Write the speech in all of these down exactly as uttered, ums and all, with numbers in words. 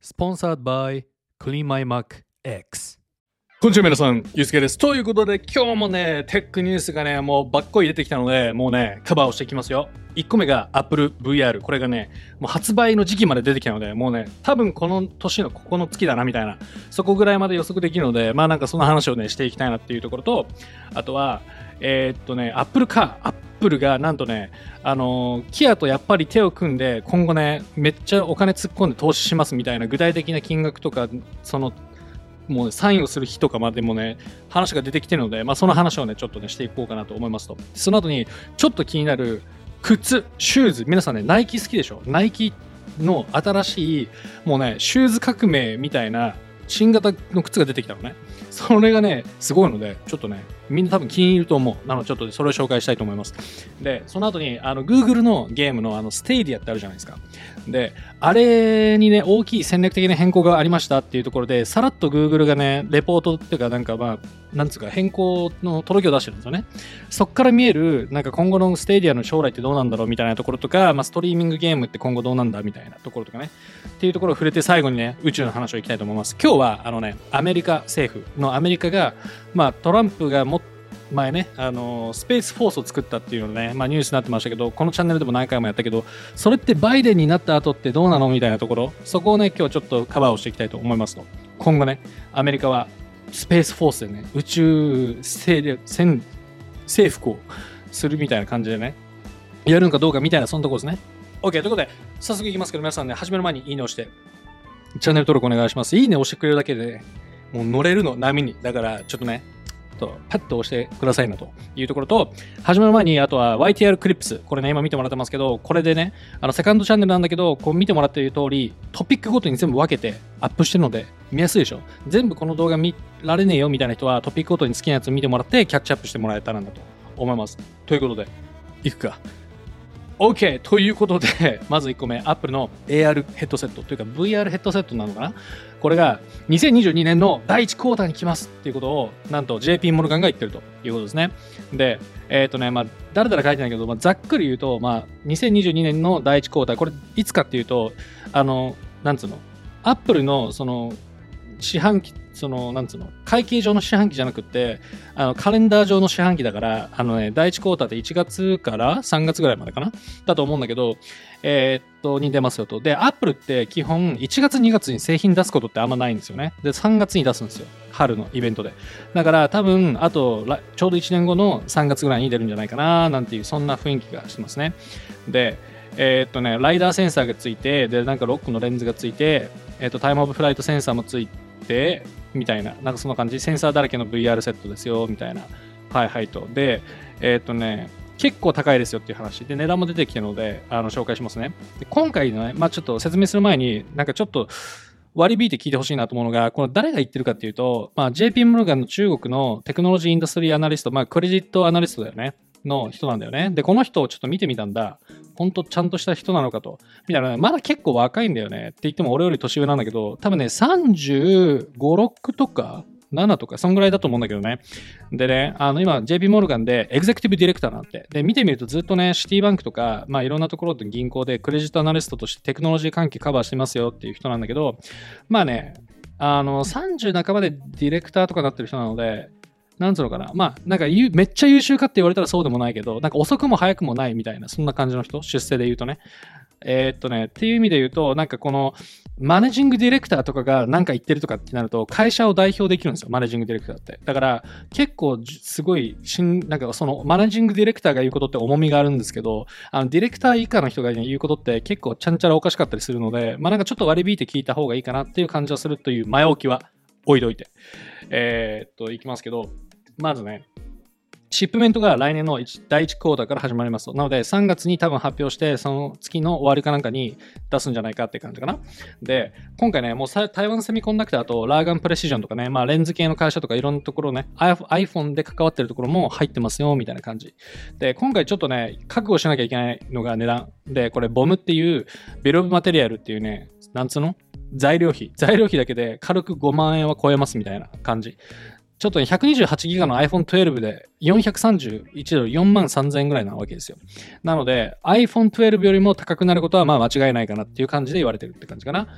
スポンサードバイ Clean My Mac X。こんにちは皆さん、ゆうすけです。ということで今日もね、テックニュースがね、もうばっこり出てきたので、もうね、カバーをしていきますよ。いっこめが Apple ブイアール。これがね、もう発売の時期まで出てきたので、もうね、多分この年のここの月だなみたいな、そこぐらいまで予測できるので、まあなんかその話をね、していきたいなっていうところと、あとは、えー、っとね、Apple Car。Apple がなんとね、あのー、キアとやっぱり手を組んで、今後ね、めっちゃお金突っ込んで投資しますみたいな具体的な金額とか、その、もう、ね、サインをする日とかまでもね、話が出てきてるので、まあ、その話をね、ちょっとね、していこうかなと思いますと。その後に、ちょっと気になる靴、シューズ、皆さんね、ナイキ好きでしょ？ナイキの新しい、もうね、シューズ革命みたいな新型の靴が出てきたのね。それがね、すごいので、ちょっとね、みんな多分気に入ると思う。なので、ちょっとそれを紹介したいと思います。で、その後に、あの、Google のゲームの、あの、ステイディアってあるじゃないですか。で、あれにね、大きい戦略的な変更がありましたっていうところで、さらっと Google がね、レポートっていうか、なんかまあ、なんつうか、変更の届けを出してるんですよね。そっから見える、なんか今後のステイディアの将来ってどうなんだろうみたいなところとか、まあ、ストリーミングゲームって今後どうなんだみたいなところとかね。っていうところを触れて、最後にね、宇宙の話をいきたいと思います。今日は、あのね、アメリカ政府のアメリカが、まあ、トランプがも前ね、あのー、スペースフォースを作ったっていうのね、まあ、ニュースになってましたけど、このチャンネルでも何回もやったけど、それってバイデンになった後ってどうなのみたいなところ、そこをね、今日ちょっとカバーをしていきたいと思いますと。今後ね、アメリカはスペースフォースでね、宇宙勢力戦征服をするみたいな感じでね、やるのかどうかみたいな、そのところですね。OK、ということで、早速いきますけど、皆さんね、始める前にいいねをして、チャンネル登録お願いします。いいねを押してくれるだけで、ね、もう乗れるの、波に。だから、ちょっとね、パッと押してくださいなというところと、始める前に、あとは ワイティーアール クリップス、これね、今見てもらってますけど、これでね、あのセカンドチャンネルなんだけど、こう見てもらっている通り、トピックごとに全部分けてアップしてるので、見やすいでしょ。全部この動画見られねえよみたいな人は、トピックごとに好きなやつ見てもらって、キャッチアップしてもらえたらなと思います。ということで、いくか。OK! ということで、まずいっこめ、Apple の エーアール ヘッドセットというか ブイアール ヘッドセットなのかな。これがにせんにじゅうにねんのだいいちクォーターに来ますっていうことを、なんと ジェーピー モルガンが言ってるということですね。で、えっ、ー、とね、まあ、だらだら書いてないけど、まあ、ざっくり言うと、まあ、にせんにじゅうにねんのだいいちクォーター、これいつかっていうと、あの、なんつうの、Apple のその、四半期、その、なんつうの、会計上の四半期じゃなくて、あの、カレンダー上の四半期だから、あのね、だいいちクォーターっていちがつからさんがつぐらいまでかなだと思うんだけど、えー、っと、に出ますよと。で、Apple って基本いちがつにがつに製品出すことってあんまないんですよね。で、さんがつに出すんですよ。春のイベントで。だから多分、あと、ちょうどいちねんごのさんがつぐらいに出るんじゃないかななんていう、そんな雰囲気がしてますね。で、えー、っとね、ライダーセンサーがついて、で、なんかロックのレンズがついて、えー、っと、タイムオブフライトセンサーもついて、みたいな、なんかそんな感じ、センサーだらけの ブイアール セットですよ、みたいな。はいはいと。で、えー、っとね、結構高いですよっていう話で、値段も出てきてるので、あの紹介しますね。で今回のね、まあちょっと説明する前に、なんかちょっと割り引いて聞いてほしいなと思うのが、この誰が言ってるかっていうと、まあ ジェーピー モルガンの中国のテクノロジーインダストリーアナリスト、まあクレジットアナリストだよね。の人なんだよね。で、この人をちょっと見てみたんだ。ほんとちゃんとした人なのかと。みたいな、まだ結構若いんだよね。って言っても俺より年上なんだけど、多分ね、さんじゅうご、ろくとか、ななとか、そんぐらいだと思うんだけどね。でね、あの今、ジェーピー モルガンでエグゼクティブディレクターなんて。で、見てみるとずっとね、シティバンクとか、まあいろんなところで銀行でクレジットアナリストとしてテクノロジー関係カバーしてますよっていう人なんだけど、まあね、あの、さんじゅう半ばでディレクターとかなってる人なので、なんつうのかな。まあ、なんかめっちゃ優秀かって言われたらそうでもないけど、なんか遅くも早くもないみたいな、そんな感じの人、出世で言うとね。えー、っとね、っていう意味で言うと、なんかこの、マネジングディレクターとかが何か言ってるとかってなると、会社を代表できるんですよ、マネジングディレクターって。だから、結構すごい、なんかその、マネジングディレクターが言うことって重みがあるんですけど、あの、ディレクター以下の人が言うことって結構ちゃんちゃらおかしかったりするので、まあなんかちょっと割り引いて聞いた方がいいかなっていう感じはするという前置きは置いといて。えー、っと、いきますけど、まずね、シップメントが来年のだいいちクォーターから始まりますと。なので、さんがつに多分発表して、その月の終わりかなんかに出すんじゃないかって感じかな。で、今回ね、もう台湾セミコンダクターとラーガンプレシジョンとかね、まあレンズ系の会社とかいろんなところね、iPhone で関わってるところも入ってますよ、みたいな感じ。で、今回ちょっとね、覚悟しなきゃいけないのが値段。で、これ、ボムっていう、ビルオブマテリアルっていうね、なんつうの材料費。材料費だけで軽くごまんえんは超えますみたいな感じ。ちょっとね、ひゃくにじゅうはちギガの アイフォンじゅうに でよんひゃくさんじゅういちドル、よんまんさんぜんえんぐらいなわけですよ。なので、アイフォンじゅうに よりも高くなることはまあ間違いないかなっていう感じで言われてるって感じかな。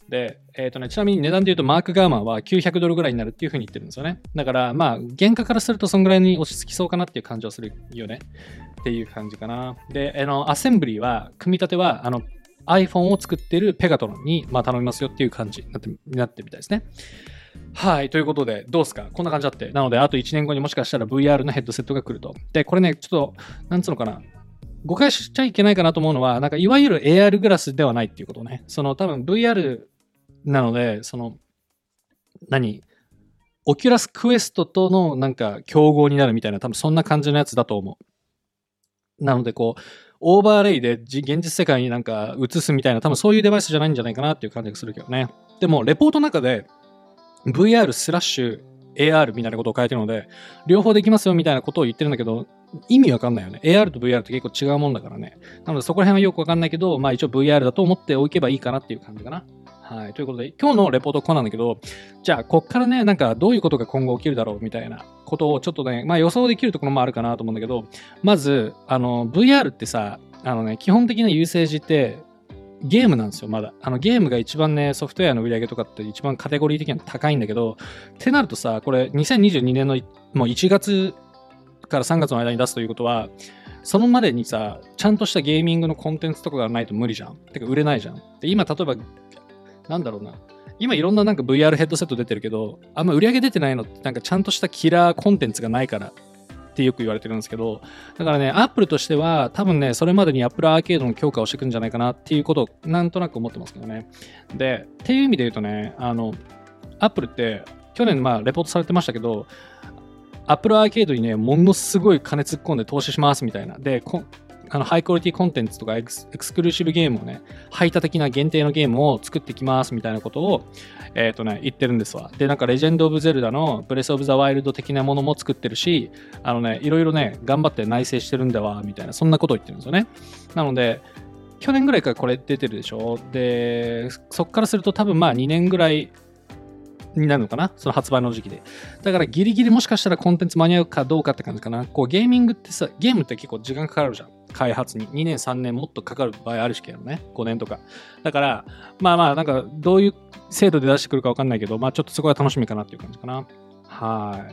で、えっとね、ちなみに値段で言うとマークガーマンはきゅうひゃくドルぐらいになるっていう風に言ってるんですよね。だからまあ原価からするとそんぐらいに落ち着きそうかなっていう感じはするよねっていう感じかな。で、あのアセンブリーは組み立てはあの iPhone を作ってるペガトロンに、まあ、頼みますよっていう感じになってになってみたいですね。はい。ということで、どうですかこんな感じだって。なので、あといちねんごにもしかしたら ブイアール のヘッドセットが来ると。で、これね、ちょっと、なんつうのかな。誤解しちゃいけないかなと思うのは、なんかいわゆる エーアール グラスではないっていうことね。その多分 ブイアール なので、その、何オキュラスクエストとのなんか競合になるみたいな、多分そんな感じのやつだと思う。なので、こう、オーバーレイで現実世界になんか映すみたいな、多分そういうデバイスじゃないんじゃないかなっていう感じがするけどね。でも、レポートの中で ブイアール スラッシュ エーアール みたいなことを書いてるので、両方できますよみたいなことを言ってるんだけど、意味わかんないよね。エーアール と ブイアール って結構違うもんだからね。なのでそこら辺はよくわかんないけど、まあ一応 ブイアール だと思っておけばいいかなっていう感じかな。はい。ということで、今日のレポートこうなんだけど、じゃあ、こっからね、なんかどういうことが今後起きるだろうみたいなことをちょっとね、まあ予想できるところもあるかなと思うんだけど、まず、あの、ブイアール ってさ、あのね、基本的なユーセージって、ゲームなんですよ、まだ。あのゲームが一番ね、ソフトウェアの売り上げとかって一番カテゴリー的には高いんだけど、ってなるとさ、これにせんにじゅうにねんのもういちがつからさんがつの間に出すということは、そのまでにさ、ちゃんとしたゲーミングのコンテンツとかがないと無理じゃん。てか売れないじゃん。で、今例えば、なんだろうな。今いろんななんか ブイアール ヘッドセット出てるけど、あんま売り上げ出てないのってなんかちゃんとしたキラーコンテンツがないからってよく言われてるんですけど、だからね、Apple としては多分ね、それまでに Apple アーケードの強化をしていくんじゃないかなっていうことをなんとなく思ってますけどね。で、っていう意味で言うとね、あの、Apple って去年まあレポートされてましたけど、Apple アーケードにね、ものすごい金突っ込んで投資しますみたいな。で、あのハイクオリティコンテンツとかエクス、エクスクルーシブゲームをね、排他的な限定のゲームを作ってきますみたいなことを、えっとね、言ってるんですわ。で、なんかレジェンド・オブ・ゼルダのブレス・オブ・ザ・ワイルド的なものも作ってるし、あのね、いろいろね、頑張って内製してるんだわ、みたいな、そんなことを言ってるんですよね。なので、去年ぐらいからこれ出てるでしょ。で、そっからすると多分まあにねんぐらいになるのかな、その発売の時期で。だからギリギリもしかしたらコンテンツ間に合うかどうかって感じかな。こうゲーミングってさ、ゲームって結構時間かかるじゃん。開発ににねんさんねんもっとかかる場合あるしけどね、ごねんとか。だからまあまあなんかどういう精度で出してくるか分かんないけど、まあちょっとそこは楽しみかなっていう感じかな。はい。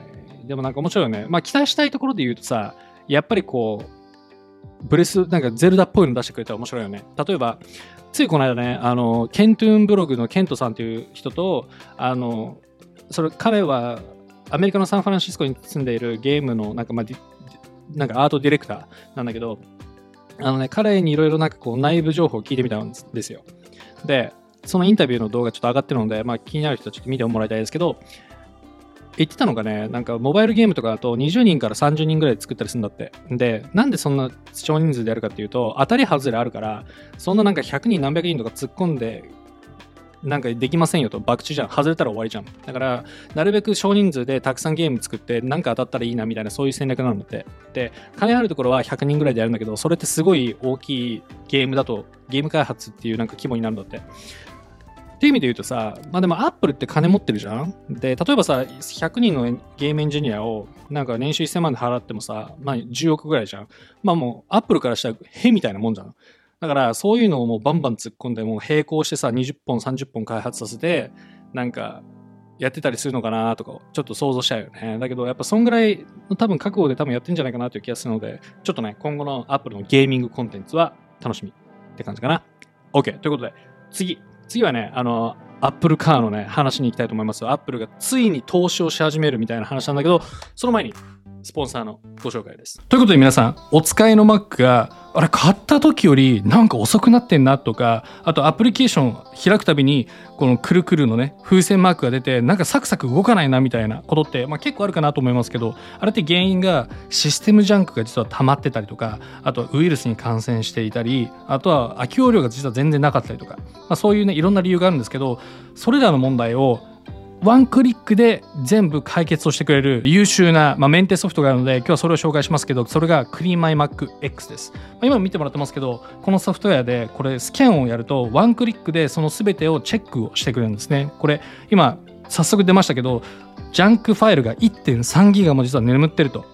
でもなんか面白いよね。まあ期待したいところで言うとさ、やっぱりこうブレスなんかゼルダっぽいの出してくれたら面白いよね。例えばついこの間ね、あのケントゥーンブログのケントさんっていう人と、あのそれ彼はアメリカのサンフランシスコに住んでいるゲームのなんかまあなんかアートディレクターなんだけど、あのね、彼にいろいろなんかこう内部情報を聞いてみたんですよ。で、そのインタビューの動画ちょっと上がってるので、まあ気になる人はちょっと見てもらいたいですけど、言ってたのがね、なんかモバイルゲームとかだとにじゅうにんからさんじゅうにんぐらいで作ったりするんだって。で、なんでそんな少人数でやるかっていうと、当たり外れあるから、そんななんかひゃくにん何百人とか突っ込んで、なんかできませんよと、博打じゃん。外れたら終わりじゃん。だから、なるべく少人数でたくさんゲーム作って、なんか当たったらいいなみたいな、そういう戦略なんだって。で、金あるところはひゃくにんぐらいでやるんだけど、それってすごい大きいゲームだと、ゲーム開発っていうなんか規模になるんだって。っていう意味で言うとさ、まあでもアップルって金持ってるじゃん。で、例えばさ、ひゃくにんのゲームエンジニアを、なんか年収せんまんで払ってもさ、まあじゅうおくぐらいじゃん。まあもう、アップルからしたら、へみたいなもんじゃん。だからそういうのをもうバンバン突っ込んでもう並行してさにじゅっぽんさんじゅっぽん開発させてなんかやってたりするのかなとかちょっと想像しちゃうよね。だけどやっぱそんぐらいの多分覚悟で多分やってんじゃないかなという気がするので、ちょっとね今後のアップルのゲーミングコンテンツは楽しみって感じかな。 OK ということで次次はねあのアップルカーのね話に行きたいと思います。アップルがついに投資をし始めるみたいな話なんだけど、その前にスポンサーのご紹介です。ということで皆さんお使いの Mac があれ買った時よりなんか遅くなってんなとか、あとアプリケーション開くたびにこのくるくるのね風船マークが出てなんかサクサク動かないなみたいなことって、まあ、結構あるかなと思いますけど、あれって原因がシステムジャンクが実は溜まってたりとか、あとはウイルスに感染していたり、あとは空き容量が実は全然なかったりとか、まあ、そういうねいろんな理由があるんですけど、それらの問題をワンクリックで全部解決をしてくれる優秀な、まあ、メンテソフトがあるので今日はそれを紹介しますけど、それが CleanMyMacX です。まあ、今見てもらってますけど、このソフトウェアでこれスキャンをやるとワンクリックでその全てをチェックをしてくれるんですね。これ今早速出ましたけどジャンクファイルが いってんさんギガも実は眠ってると。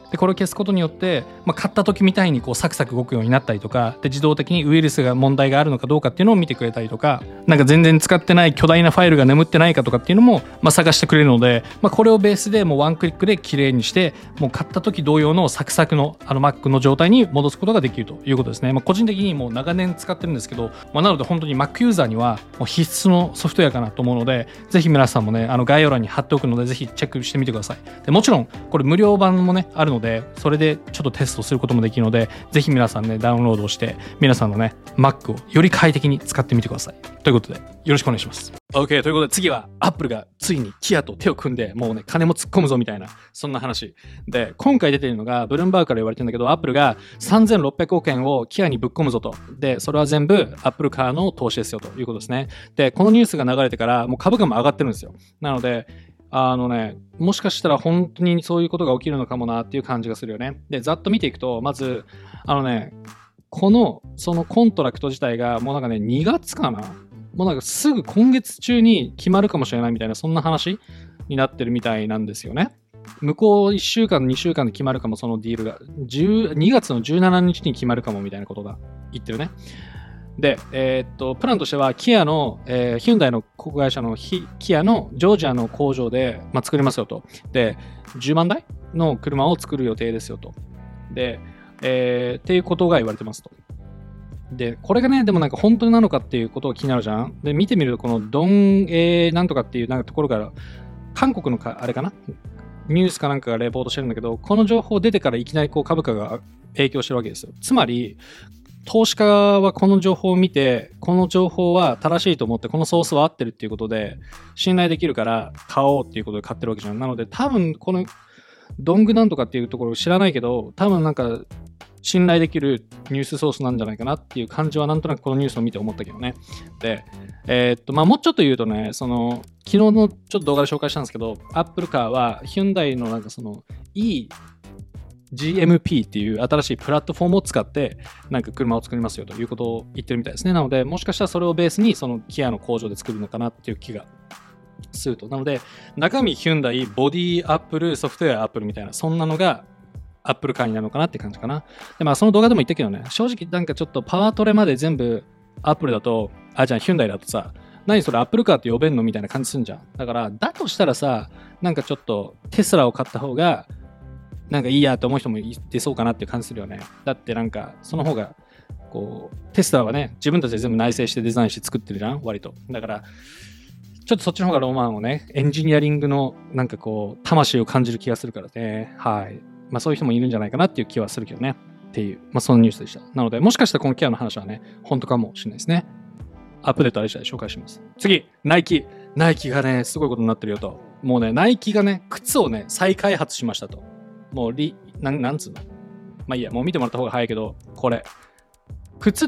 でこれを消すことによって、まあ、買った時みたいにこうサクサク動くようになったりとかで、自動的にウイルスが問題があるのかどうかっていうのを見てくれたりとか、なんか全然使ってない巨大なファイルが眠ってないかとかっていうのも、まあ、探してくれるので、まあ、これをベースでもうワンクリックで綺麗にして、もう買った時同様のサクサクのあの Mac の状態に戻すことができるということですね。まあ、個人的にもう長年使ってるんですけど、まあ、なので本当に Mac ユーザーにはもう必須のソフトウェアかなと思うので、ぜひ皆さんもね、あの概要欄に貼っておくので、ぜひチェックしてみてください。でもちろんこれ無料版もねあるので、それでちょっとテストすることもできるので、ぜひ皆さんねダウンロードをして皆さんのね Mac をより快適に使ってみてくださいということで、よろしくお願いします。 OK ということで、次は Apple がついにキアと手を組んで、もうね金も突っ込むぞみたいな、そんな話で、今回出てるのがブルームバーグから言われてるんだけど、 Apple がさんぜんろっぴゃくおくえんをキアにぶっ込むぞと。でそれは全部 Apple からの投資ですよということですね。でこのニュースが流れてからもう株価も上がってるんですよ。なのであのね、もしかしたら本当にそういうことが起きるのかもなっていう感じがするよね。で、ざっと見ていくと、まず、あのね、この、そのコントラクト自体がもうなんかね、にがつかな？もうなんかすぐ今月中に決まるかもしれないみたいな、そんな話になってるみたいなんですよね。向こういっしゅうかん、にしゅうかんで決まるかも、そのディールが。にがつのじゅうしちにちに決まるかもみたいなことが言ってるね。で、えーっと、プランとしては、キアの、えー、ヒュンダイの子会社のキアのジョージアの工場で、まあ、作りますよと。で、じゅうまんだいの車を作る予定ですよと。で、えー、っていうことが言われてますと。で、これがね、でもなんか本当になのかっていうことが気になるじゃん。で、見てみると、このドン、えー、なんとかっていうなんかところから、韓国のかあれかなニュースかなんかがレポートしてるんだけど、この情報出てからいきなりこう株価が影響してるわけですよ。つまり、投資家はこの情報を見て、この情報は正しいと思って、このソースは合ってるっていうことで信頼できるから買おうっていうことで買ってるわけじゃん。なので多分このドングなんとかっていうところを知らないけど、多分なんか信頼できるニュースソースなんじゃないかなっていう感じはなんとなくこのニュースを見て思ったけどね。で、えー、っとまあもうちょっと言うとね、その昨日のちょっと動画で紹介したんですけど、アップルカーはヒュンダイのなんかそのいいジーエムピー っていう新しいプラットフォームを使ってなんか車を作りますよということを言ってるみたいですね。なのでもしかしたらそれをベースにそのキアの工場で作るのかなっていう気がすると。なので中身ヒュンダイ、ボディアップル、ソフトウェアアップルみたいな、そんなのがアップルカーになるのかなって感じかな。でまあその動画でも言ったけどね、正直なんかちょっとパワートレまで全部アップルだと、あじゃあヒュンダイだとさ、何それアップルカーって呼べんのみたいな感じすんじゃん。だからだとしたらさ、なんかちょっとテスラを買った方がなんかいいやと思う人もいてそうかなっていう感じするよね。だってなんかその方がこうテスラはね、自分たちで全部内製してデザインして作ってるじゃん、割と。だからちょっとそっちの方がロマンをね、エンジニアリングのなんかこう魂を感じる気がするからね。はい。まあそういう人もいるんじゃないかなっていう気はするけどね。っていう、まあそのニュースでした。なのでもしかしたらこのキアの話はね、本当かもしれないですね。アップデートあれしたら紹介します。次、ナイキ。ナイキがね、すごいことになってるよと。もうね、ナイキがね、靴をね、再開発しましたと。もうリ、なん、なんつうの。まあいいや、もう見てもらった方が早いけど、これ。靴って、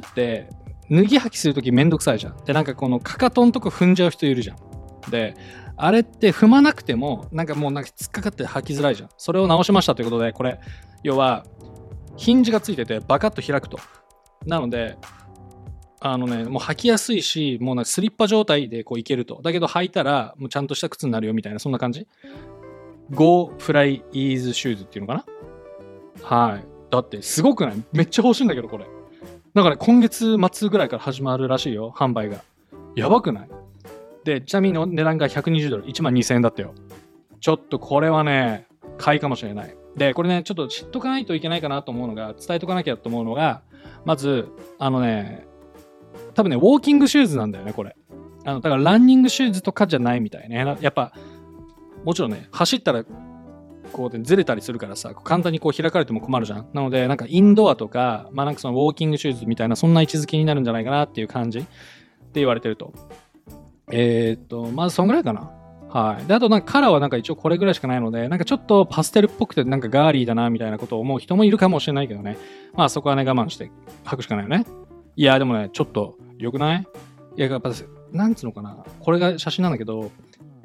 脱ぎ履きするときめんどくさいじゃん。で、なんかこのかかとんとこ踏んじゃう人いるじゃん。で、あれって踏まなくても、なんかもうなんか突っかかって履きづらいじゃん。それを直しましたということで、これ、要は、ヒンジがついてて、バカッと開くと。なので、あのね、もう履きやすいし、もうなんかスリッパ状態でこういけると。だけど履いたら、もうちゃんとした靴になるよみたいな、そんな感じ。Go Fly Ease Shoes っていうのかな。はい。だってすごくない？めっちゃ欲しいんだけど、これ。なんかね、今月末ぐらいから始まるらしいよ、販売が。やばくない？で、ちなみにの値段がひゃくにじゅうドル、いちまんにせんえんだったよ。ちょっとこれはね、買いかもしれない。で、これね、ちょっと知っとかないといけないかなと思うのが、伝えとかなきゃと思うのが、まず、あのね、多分ね、ウォーキングシューズなんだよね、これ。あの、だからランニングシューズとかじゃないみたいね。やっぱ、もちろんね、走ったら、こう、ね、ずれたりするからさ、簡単にこう開かれても困るじゃん。なので、なんかインドアとか、まあなんかそのウォーキングシューズみたいな、そんな位置づけになるんじゃないかなっていう感じって言われてると。えー、っと、まずそんぐらいかな。はい。で、あとなんかカラーはなんか一応これぐらいしかないので、なんかちょっとパステルっぽくてなんかガーリーだなみたいなことを思う人もいるかもしれないけどね。まあそこはね、我慢して履くしかないよね。いや、でもね、ちょっと良くない？いや、やっぱ、なんつうのかな。これが写真なんだけど、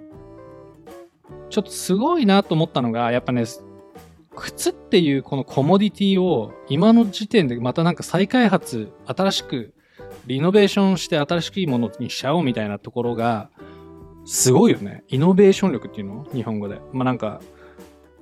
ちょっとすごいなと思ったのが、やっぱね、靴っていうこのコモディティを今の時点でまたなんか再開発、新しくリノベーションして新しくいいものにしちゃおうみたいなところが、すごいよね。イノベーション力っていうの？日本語で。まあなんか、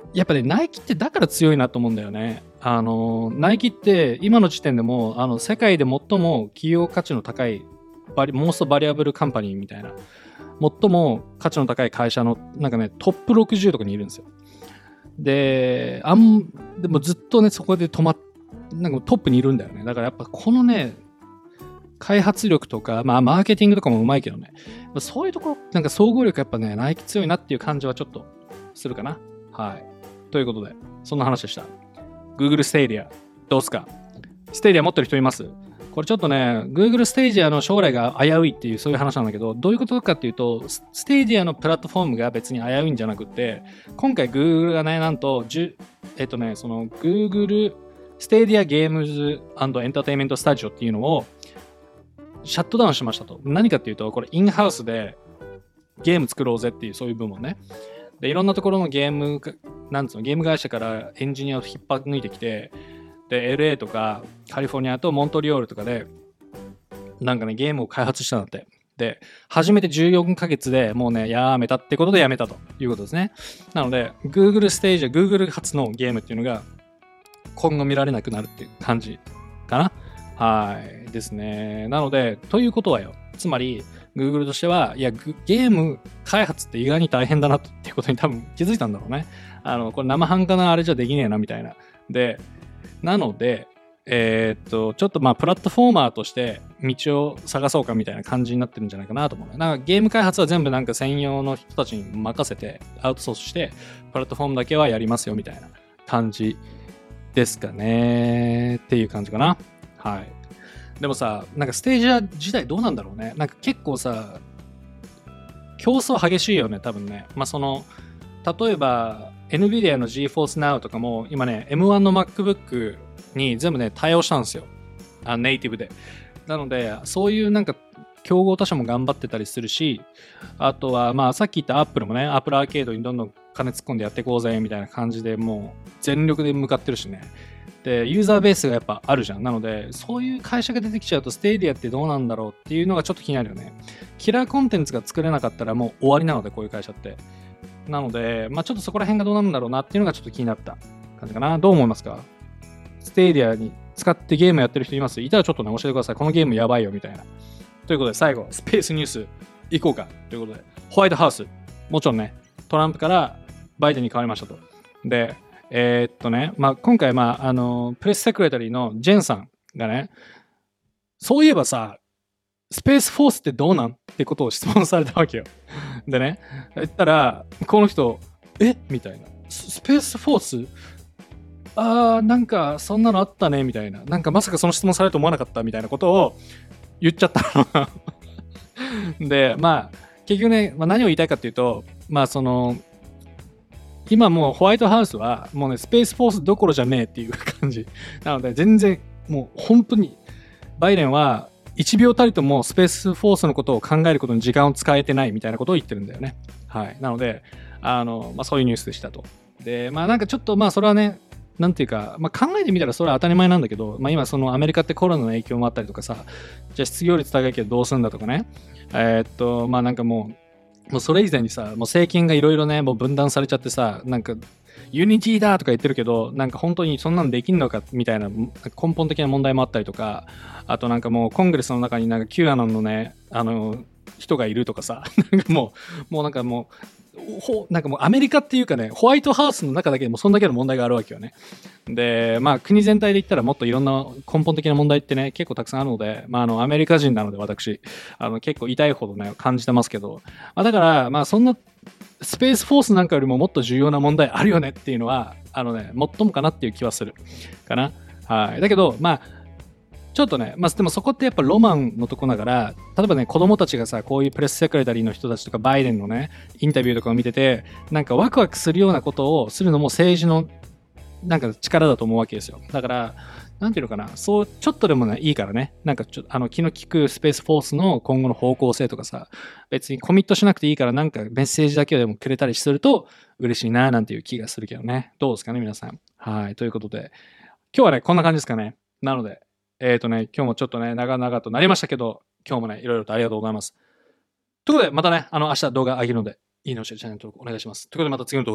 やっぱね、ナイキってだから強いなと思うんだよね。あの、ナイキって今の時点でも、あの、世界で最も企業価値の高い、バリ、モーストバリアブルカンパニーみたいな、最も価値の高い会社の、なんかね、トップろくじゅうとかにいるんですよ。で、あん、でもずっとね、そこで止まっ、なんかトップにいるんだよね。だからやっぱこのね、開発力とか、まあ、マーケティングとかもうまいけどね、そういうところ、なんか総合力やっぱね、ナイキ強いなっていう感じはちょっとするかな。はい。ということで、そんな話でした。Google Stadia、どうすか？ Stadia 持ってる人います？これちょっとね、Google Stadia の将来が危ういっていうそういう話なんだけど、どういうことかっていうと、Stadia のプラットフォームが別に危ういんじゃなくて、今回 Google がね、なんと、えっとね、その Google Stadia Games and Entertainment Studio っていうのをシャットダウンしましたと。何かっていうと、これインハウスでゲーム作ろうぜっていうそういう部門ね。で、いろんなところのゲーム、なんつうの、ゲーム会社からエンジニアを引っ張抜いてきて、で、エルエー とかカリフォルニアとモントリオールとかで、なんかね、ゲームを開発したんだって。で、初めてじゅうよんかげつでもうね、やめたってことでやめたということですね。なので、Google Stadia、Google 発のゲームっていうのが今後見られなくなるっていう感じかな。はいですね。なので、ということはよ、つまり Google としては、いや、ゲーム開発って意外に大変だなっていうことに多分気づいたんだろうね。あの、これ生半可なあれじゃできねえなみたいな。で、なので、えー、っと、ちょっとまあ、プラットフォーマーとして道を探そうかみたいな感じになってるんじゃないかなと思う。なんかゲーム開発は全部なんか専用の人たちに任せて、アウトソースして、プラットフォームだけはやりますよみたいな感じですかねっていう感じかな。はい。でもさ、なんかステージア自体どうなんだろうね。なんか結構さ、競争激しいよね、多分ね。まあその、例えば、NVIDIA の GeForce Now とかも今ね、エムワン の MacBook に全部ね、対応したんですよ。あ、ネイティブで。なので、そういうなんか、競合他社も頑張ってたりするし、あとは、まあさっき言った Apple もね、Apple アーケードにどんどん金突っ込んでやっていこうぜ、みたいな感じでもう全力で向かってるしね。で、ユーザーベースがやっぱあるじゃん。なので、そういう会社が出てきちゃうと、ステーディアってどうなんだろうっていうのがちょっと気になるよね。キラーコンテンツが作れなかったらもう終わりなので、こういう会社って。なので、まあちょっとそこら辺がどうなるんだろうなっていうのがちょっと気になった感じかな。どう思いますか？ステーディアに使ってゲームやってる人います？いたらちょっとね、教えてください。このゲームやばいよみたいな。ということで、最後、スペースニュース行こうか。ということで、ホワイトハウス。もちろんね、トランプからバイデンに変わりましたと。で、えー、っとね、まあ、今回、まあ、あの、プレスセクレタリーのジェンさんがね、そういえばさ、スペースフォースってどうなんってことを質問されたわけよ。でね、言ったら、この人、えみたいな。スペースフォースあー、なんか、そんなのあったねみたいな。なんか、まさかその質問されると思わなかったみたいなことを言っちゃったの。で、まあ、結局ね、まあ、何を言いたいかっていうと、まあ、その、今もうホワイトハウスはもうねスペースフォースどころじゃねえっていう感じなので、全然もう本当にバイデンはいちびょうたりともスペースフォースのことを考えることに時間を使えてないみたいなことを言ってるんだよね。はい。なので、あの、まあ、そういうニュースでしたと。で、まあなんかちょっとまあそれはね、なんていうか、まあ、考えてみたらそれは当たり前なんだけど、まあ、今そのアメリカってコロナの影響もあったりとかさ、じゃあ失業率高いけどどうすんだとかね、えー、っとまあなんかもうもうそれ以前にさ、もう政権がいろいろね、もう分断されちゃってさ、なんか、ユニティだとか言ってるけど、なんか本当にそんなのできんのかみたいな根本的な問題もあったりとか、あとなんかもうコングレスの中になんか Q アノンのね、あの、人がいるとかさ、なんかもう、もうなんかもう、ほなんかもうアメリカっていうかね、ホワイトハウスの中だけでもそんだけの問題があるわけよね。で、まあ国全体で言ったらもっといろんな根本的な問題ってね、結構たくさんあるので、まああのアメリカ人なので私、あの結構痛いほどね、感じてますけど、まあ、だから、まあそんなスペースフォースなんかよりももっと重要な問題あるよねっていうのは、あのね、最もかなっていう気はする。かな。はい。だけど、まあ、ちょっとね、まあ、でもそこってやっぱロマンのとこながら、例えばね、子供たちがさ、こういうプレスセクレタリーの人たちとか、バイデンのね、インタビューとかを見てて、なんかワクワクするようなことをするのも政治のなんか力だと思うわけですよ。だから、なんていうのかな、そう、ちょっとでもね、いいからね、なんかちょ、あの、気の利くスペースフォースの今後の方向性とかさ、別にコミットしなくていいから、なんかメッセージだけでもくれたりすると嬉しいな、なんていう気がするけどね。どうですかね、皆さん。はい、ということで、今日はね、こんな感じですかね。なので、えっ、ー、とね、今日もちょっとね、長々となりましたけど、今日もね、いろいろとありがとうございます。ということで、またね、あの、明日動画上げるので、いいねをしてチャンネル登録お願いします。ということで、また次の動画で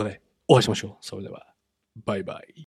お会いしましょう。それでは、バイバイ。